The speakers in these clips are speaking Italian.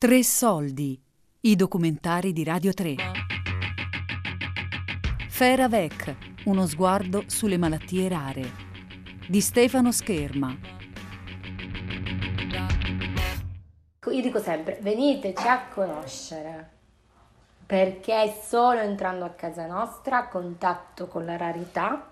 Tre soldi, i documentari di Radio 3. Feravec, uno sguardo sulle malattie rare, di Stefano Scherma. Io dico sempre, veniteci a conoscere, perché solo entrando a casa nostra, a contatto con la rarità,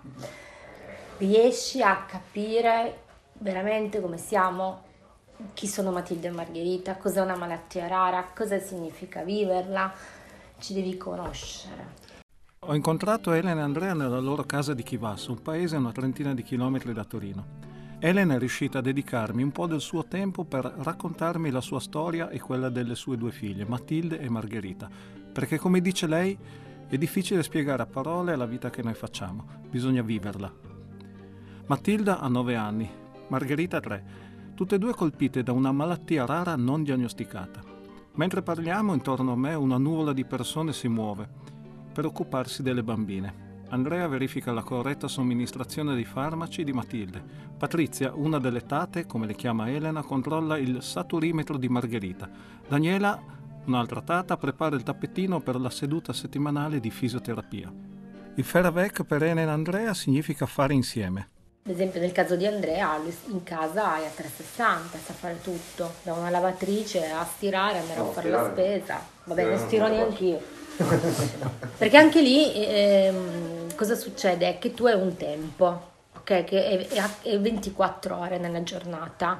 riesci a capire veramente come siamo, chi sono Matilde e Margherita, cos'è una malattia rara, cosa significa viverla, ci devi conoscere. Ho incontrato Elena e Andrea nella loro casa di Chivasso, un paese a una trentina di chilometri da Torino. Elena è riuscita a dedicarmi un po' del suo tempo per raccontarmi la sua storia e quella delle sue due figlie, Matilde e Margherita, perché come dice lei è difficile spiegare a parole la vita che noi facciamo, bisogna viverla. Matilda ha 9 anni, Margherita 3, tutte e due colpite da una malattia rara non diagnosticata. Mentre parliamo, intorno a me una nuvola di persone si muove per occuparsi delle bambine. Andrea verifica la corretta somministrazione dei farmaci di Matilde. Patrizia, una delle tate, come le chiama Elena, controlla il saturimetro di Margherita. Daniela, un'altra tata, prepara il tappetino per la seduta settimanale di fisioterapia. Il Feravec per Elena e Andrea significa fare insieme. Ad esempio nel caso di Andrea, lui in casa è a 360, sa fare tutto, da una lavatrice a stirare, andare a fare la spesa. Vabbè, non stiro neanch'io. Perché anche lì cosa succede? È che tu hai un tempo, ok? Che è 24 ore nella giornata.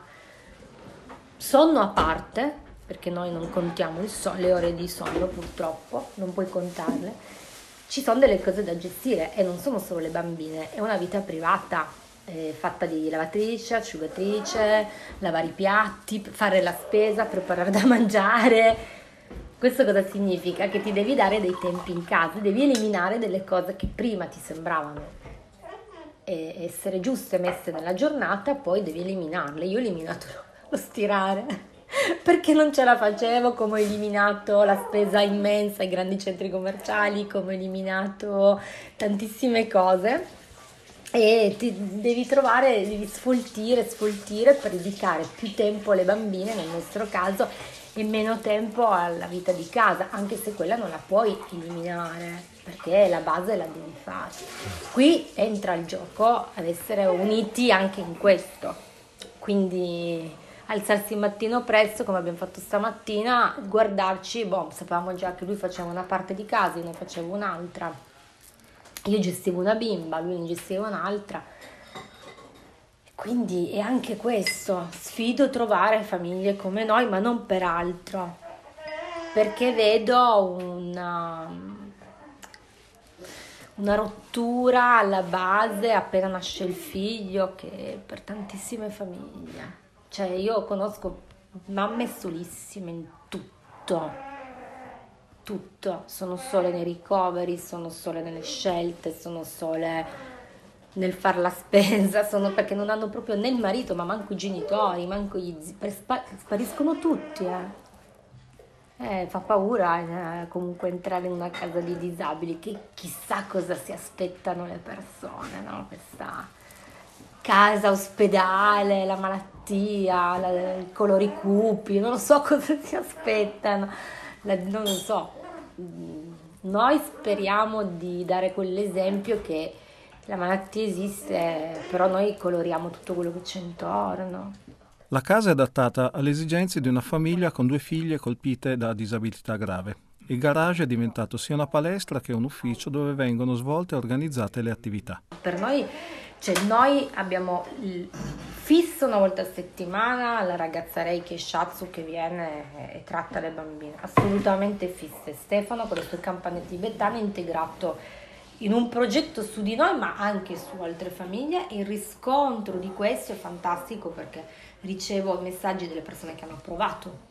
Sonno a parte, perché noi non contiamo le ore di sonno purtroppo, non puoi contarle. Ci sono delle cose da gestire e non sono solo le bambine, è una vita privata. Fatta di lavatrice, asciugatrice, lavare i piatti, fare la spesa, preparare da mangiare. Questo cosa significa? Che ti devi dare dei tempi in casa, devi eliminare delle cose che prima ti sembravano essere giuste messe nella giornata, poi devi eliminarle. Io ho eliminato lo stirare perché non ce la facevo, come ho eliminato la spesa immensa ai grandi centri commerciali, come ho eliminato tantissime cose. E ti devi sfoltire per dedicare più tempo alle bambine, nel nostro caso, e meno tempo alla vita di casa, anche se quella non la puoi eliminare, perché la base la devi fare. Qui entra il gioco ad essere uniti anche in questo, quindi alzarsi il mattino presto, come abbiamo fatto stamattina, guardarci, sapevamo già che lui faceva una parte di casa, io ne facevo un'altra. Io gestivo una bimba, lui ne gestiva un'altra. Quindi è anche questo, sfido trovare famiglie come noi, ma non per altro, perché vedo una rottura alla base appena nasce il figlio, che per tantissime famiglie. Cioè io conosco mamme solissime in tutto, sono sole nei ricoveri, sono sole nelle scelte, sono sole nel far la spesa, sono perché non hanno proprio né il marito, ma manco i genitori, manco gli zii, spariscono tutti. Fa paura comunque entrare in una casa di disabili, che chissà cosa si aspettano le persone, no? Questa casa, ospedale, la malattia, i colori cupi, non lo so cosa si aspettano. Non lo so, noi speriamo di dare quell'esempio che la malattia esiste, però noi coloriamo tutto quello che c'è intorno. La casa è adattata alle esigenze di una famiglia con 2 figlie colpite da disabilità grave. Il garage è diventato sia una palestra che un ufficio dove vengono svolte e organizzate le attività. Per noi, noi abbiamo fisso una volta a settimana la ragazza Reiki Shatsu che viene e tratta le bambine, assolutamente fisse. Stefano con le sue campane tibetane è integrato in un progetto su di noi, ma anche su altre famiglie. Il riscontro di questo è fantastico, perché ricevo messaggi delle persone che hanno provato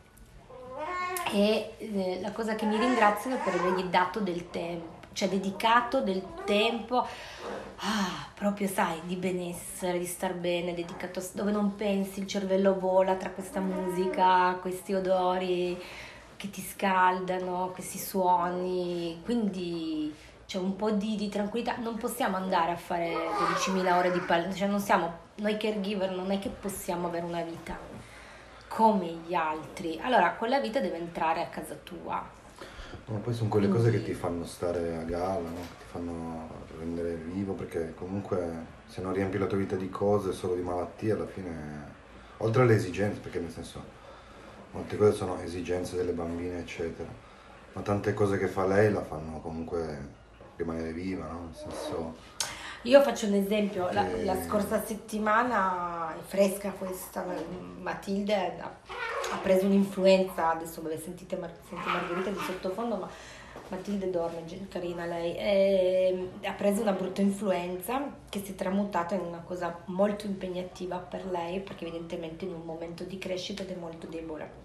e la cosa che mi ringraziano è per avergli dato del tempo, cioè dedicato del tempo, proprio sai, di benessere, di star bene, dedicato dove non pensi, il cervello vola tra questa musica, questi odori che ti scaldano, questi suoni, quindi c'è un po' di tranquillità. Non possiamo andare a fare 12.000 ore di palestra, cioè non siamo, noi caregiver non è che possiamo avere una vita come gli altri, allora quella vita deve entrare a casa tua. No, poi sono quelle cose che ti fanno stare a galla, no? Che ti fanno rendere vivo, perché comunque se non riempi la tua vita di cose, solo di malattie, alla fine, oltre alle esigenze, perché nel senso molte cose sono esigenze delle bambine, eccetera, ma tante cose che fa lei la fanno comunque rimanere viva, no? Nel senso... Io faccio un esempio, la che- scorsa settimana, è fresca questa, Matilde ha preso un'influenza, adesso vabbè, sentite Margherita di sottofondo, ma Matilde dorme, carina lei, ha preso una brutta influenza che si è tramutata in una cosa molto impegnativa per lei, perché evidentemente in un momento di crescita ed è molto debole.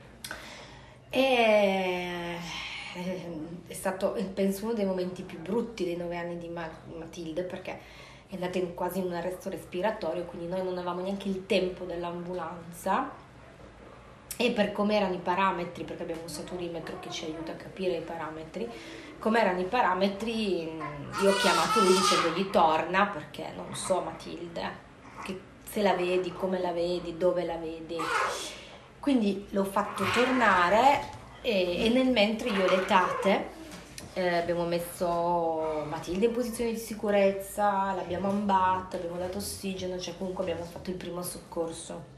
E è stato, penso, uno dei momenti più brutti dei 9 anni di Matilde, perché è andata quasi in un arresto respiratorio, quindi noi non avevamo neanche il tempo dell'ambulanza, e per come erano i parametri, perché abbiamo un saturimetro che ci aiuta a capire i parametri, come erano i parametri, io ho chiamato lui dicendogli torna, perché non so Matilde, che se la vedi, come la vedi, dove la vedi. Quindi l'ho fatto tornare e nel mentre io le tate abbiamo messo Matilde in posizione di sicurezza, l'abbiamo ambata, abbiamo dato ossigeno, cioè comunque abbiamo fatto il primo soccorso.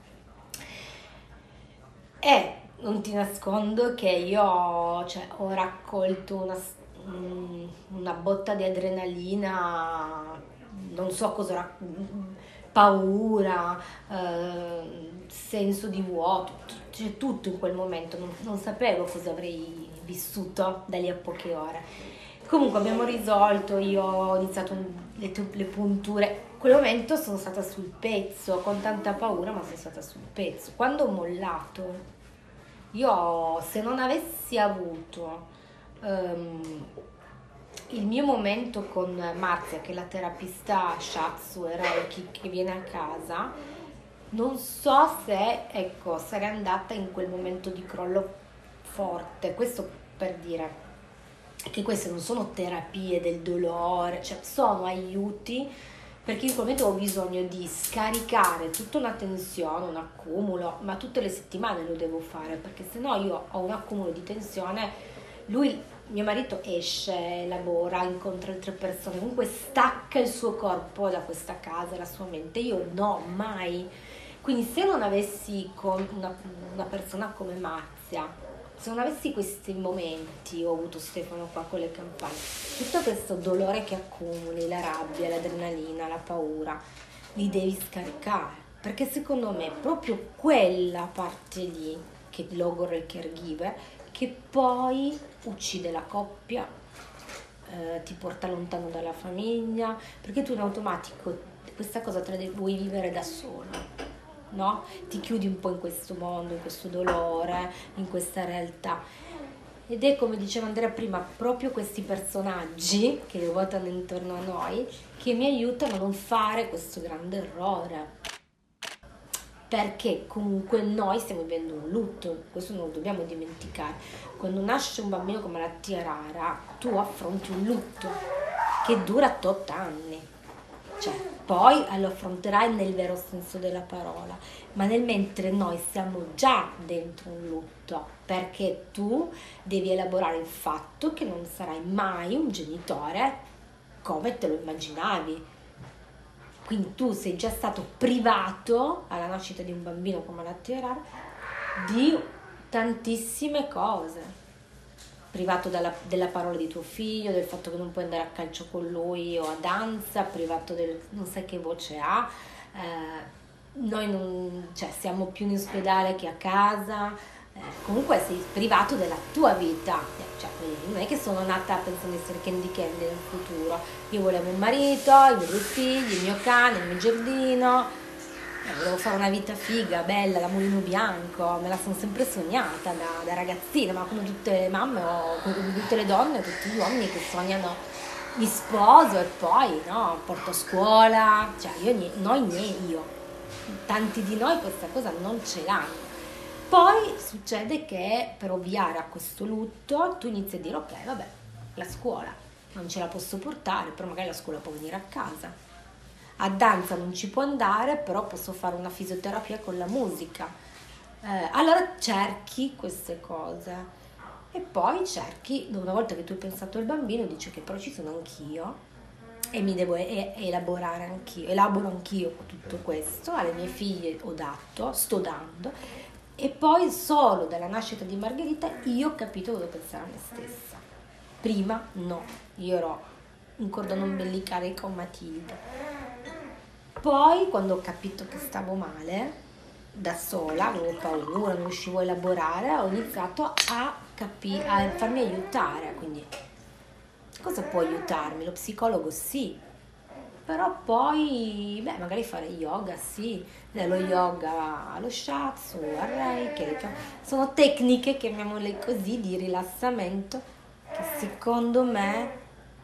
E non ti nascondo che io, cioè, ho raccolto una botta di adrenalina, non so cosa, paura, senso di vuoto, c'è tutto in quel momento, non sapevo cosa avrei vissuto da lì a poche ore. Comunque abbiamo risolto, io ho iniziato le punture, in quel momento sono stata sul pezzo, con tanta paura, ma sono stata sul pezzo. Quando ho mollato, io se non avessi avuto il mio momento con Marzia, che è la terapista Shiatsu e Reiki che viene a casa, non so se, ecco, sarei andata in quel momento di crollo forte. Questo per dire che queste non sono terapie del dolore, cioè sono aiuti, perché in quel momento ho bisogno di scaricare tutta una tensione, un accumulo, ma tutte le settimane lo devo fare, perché sennò io ho un accumulo di tensione. Mio marito esce, lavora, incontra altre persone, comunque stacca il suo corpo da questa casa, la sua mente, io no, mai. Quindi se non avessi con una persona come Marzia, se non avessi questi momenti, ho avuto Stefano qua con le campagne, tutto questo dolore che accumuli, la rabbia, l'adrenalina, la paura, li devi scaricare, perché secondo me è proprio quella parte lì che logora il caregiver, che poi uccide la coppia, ti porta lontano dalla famiglia, perché tu in automatico questa cosa te la vuoi vivere da solo. No? Ti chiudi un po' in questo mondo, in questo dolore, in questa realtà. Ed è, come diceva Andrea prima, proprio questi personaggi che ruotano intorno a noi che mi aiutano a non fare questo grande errore. Perché comunque noi stiamo vivendo un lutto, questo non lo dobbiamo dimenticare. Quando nasce un bambino con malattia rara, tu affronti un lutto che dura 8 anni. Cioè, poi lo affronterai nel vero senso della parola, ma nel mentre noi siamo già dentro un lutto, perché tu devi elaborare il fatto che non sarai mai un genitore come te lo immaginavi. Quindi tu sei già stato privato alla nascita di un bambino con malattia rara di tantissime cose. Privato della parola di tuo figlio, del fatto che non puoi andare a calcio con lui o a danza, privato del non sai che voce ha, noi siamo più in ospedale che a casa, comunque sei privato della tua vita, cioè, non è che sono nata pensando di essere Candy Candy nel futuro, io volevo un marito, i miei 2 figli, il mio cane, il mio giardino. Volevo fare una vita figa, bella, da mulino bianco, me la sono sempre sognata da ragazzina, ma come tutte le mamme o come tutte le donne, tutti gli uomini che sognano mi sposo e poi no, porto a scuola, cioè io, tanti di noi questa cosa non ce l'hanno. Poi succede che per ovviare a questo lutto tu inizi a dire ok, vabbè, la scuola non ce la posso portare, però magari la scuola può venire a casa. A danza non ci può andare, però posso fare una fisioterapia con la musica. Allora cerchi queste cose e poi cerchi, una volta che tu hai pensato al bambino, dici che però ci sono anch'io e mi devo elaborare anch'io, elaboro anch'io tutto questo, alle mie figlie sto dando, e poi solo dalla nascita di Margherita io ho capito cosa pensare a me stessa. Prima no, io ero un cordone ombelicale con Matilde. Poi quando ho capito che stavo male, da sola, avevo paura, non riuscivo a elaborare, ho iniziato a farmi aiutare, quindi cosa può aiutarmi? Lo psicologo sì, però poi magari fare yoga sì, dallo yoga allo shiatsu, al reiki, sono tecniche, chiamiamole così, di rilassamento che secondo me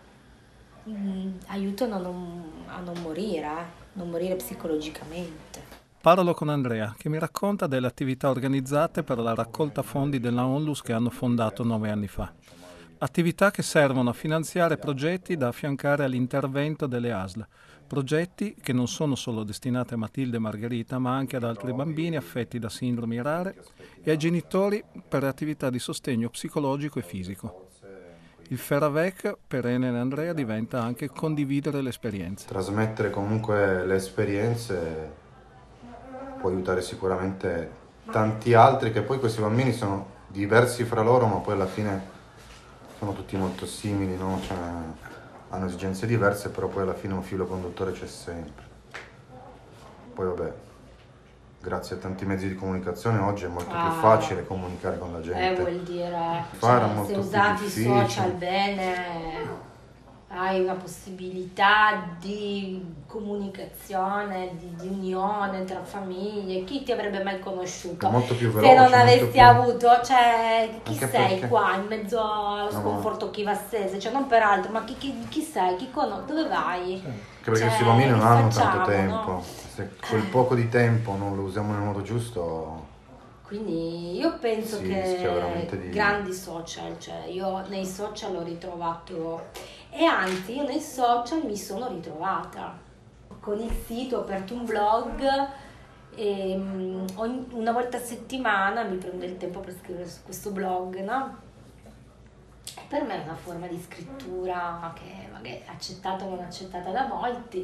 aiutano a non morire psicologicamente. Parlo con Andrea, che mi racconta delle attività organizzate per la raccolta fondi della Onlus che hanno fondato 9 anni fa. Attività che servono a finanziare progetti da affiancare all'intervento delle ASL. Progetti che non sono solo destinati a Matilde e Margherita, ma anche ad altri bambini affetti da sindromi rare e ai genitori per attività di sostegno psicologico e fisico. Il Feravec per Elena e Andrea diventa anche condividere le esperienze. Trasmettere comunque le esperienze può aiutare sicuramente tanti altri, che poi questi bambini sono diversi fra loro, ma poi alla fine sono tutti molto simili, no? Cioè, hanno esigenze diverse, però poi alla fine un filo conduttore c'è sempre. Poi vabbè, grazie a tanti mezzi di comunicazione oggi è molto più facile comunicare con la gente. Vuol dire, Molto se usati i difficile. social bene, hai una possibilità di comunicazione, di unione tra famiglie. Chi ti avrebbe mai conosciuto? È molto più veloce, se non avessi avuto, cioè, chi Anche sei perché... qua in mezzo allo sconforto chivassese, cioè non per altro, ma chi sei, dove vai? Anche perché questi bambini non hanno tanto tempo, no? Se quel poco di tempo non lo usiamo nel modo giusto. Quindi io penso che di... grandi social, cioè io nei social ho ritrovato, e anzi io nei social mi sono ritrovata. Con il sito ho aperto un blog e una volta a settimana mi prendo il tempo per scrivere su questo blog, no? E per me è una forma di scrittura che magari è accettata o non accettata da molti,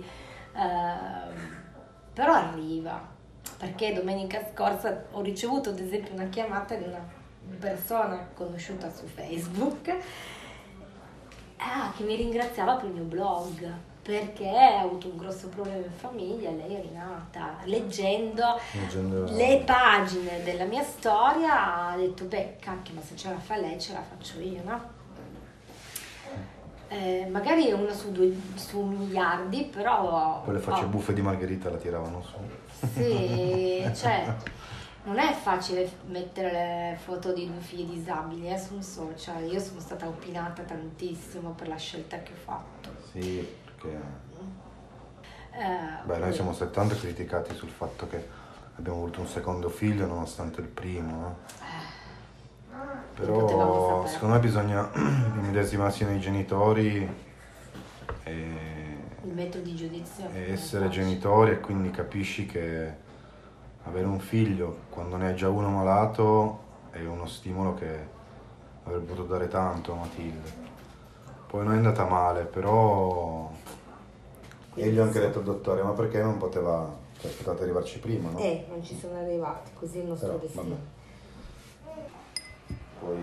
però arriva. Perché domenica scorsa ho ricevuto ad esempio una chiamata di una persona conosciuta su Facebook che mi ringraziava per il mio blog perché ha avuto un grosso problema in famiglia e lei è rinata. Leggendo le pagine della mia storia ha detto cacchio, ma se ce la fa lei ce la faccio io, no? Magari una su miliardi, però... Quelle facce buffe di Margherita la tiravano su. Sì, cioè, non è facile mettere le foto di due figli disabili su un social. Io sono stata opinata tantissimo per la scelta che ho fatto. Sì, perché... noi siamo stati tanto criticati sul fatto che abbiamo avuto un secondo figlio nonostante il primo, no? Però secondo me bisogna immedesimarsi nei genitori il metodo di giudizio e essere genitori, e quindi capisci che avere un figlio quando ne hai già uno malato è uno stimolo che avrebbe potuto dare tanto a Matilde. Poi non è andata male, però e gli ho anche detto al dottore, ma perché non poteva, cioè potete arrivarci prima, no? Non ci sono arrivati, così è il nostro destino. Vabbè. Poi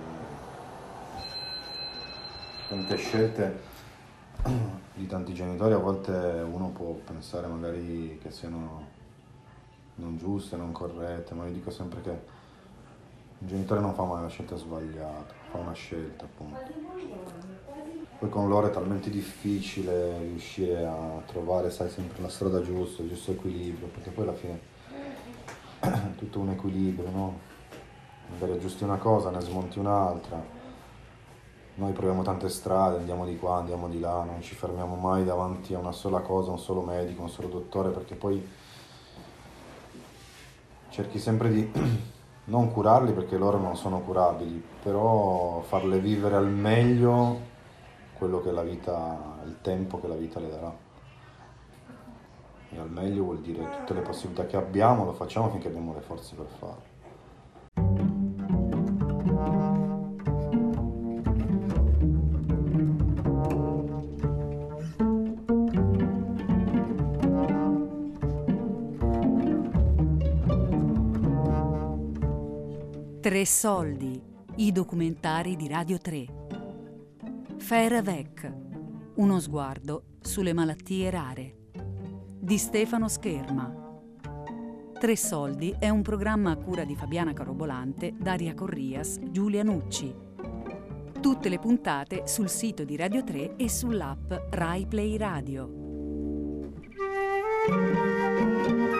tante scelte di tanti genitori, a volte uno può pensare magari che siano non giuste, non corrette, ma io dico sempre che un genitore non fa mai la scelta sbagliata, fa una scelta appunto. Poi con loro è talmente difficile riuscire a trovare, sai, sempre la strada giusta, il giusto equilibrio, perché poi alla fine è tutto un equilibrio, no? Magari aggiusti una cosa, ne smonti un'altra. Noi proviamo tante strade, andiamo di qua, andiamo di là, non ci fermiamo mai davanti a una sola cosa, un solo medico, un solo dottore, perché poi cerchi sempre di non curarli perché loro non sono curabili, però farle vivere al meglio quello che la vita, il tempo che la vita le darà. E al meglio vuol dire tutte le possibilità che abbiamo, lo facciamo finché abbiamo le forze per farlo. Tre soldi, i documentari di Radio 3. Faire avec, uno sguardo sulle malattie rare, di Stefano Scherma. Tre soldi è un programma a cura di Fabiana Carobolante, Daria Corrias, Giulia Nucci. Tutte le puntate sul sito di Radio 3 e sull'app Rai Play Radio.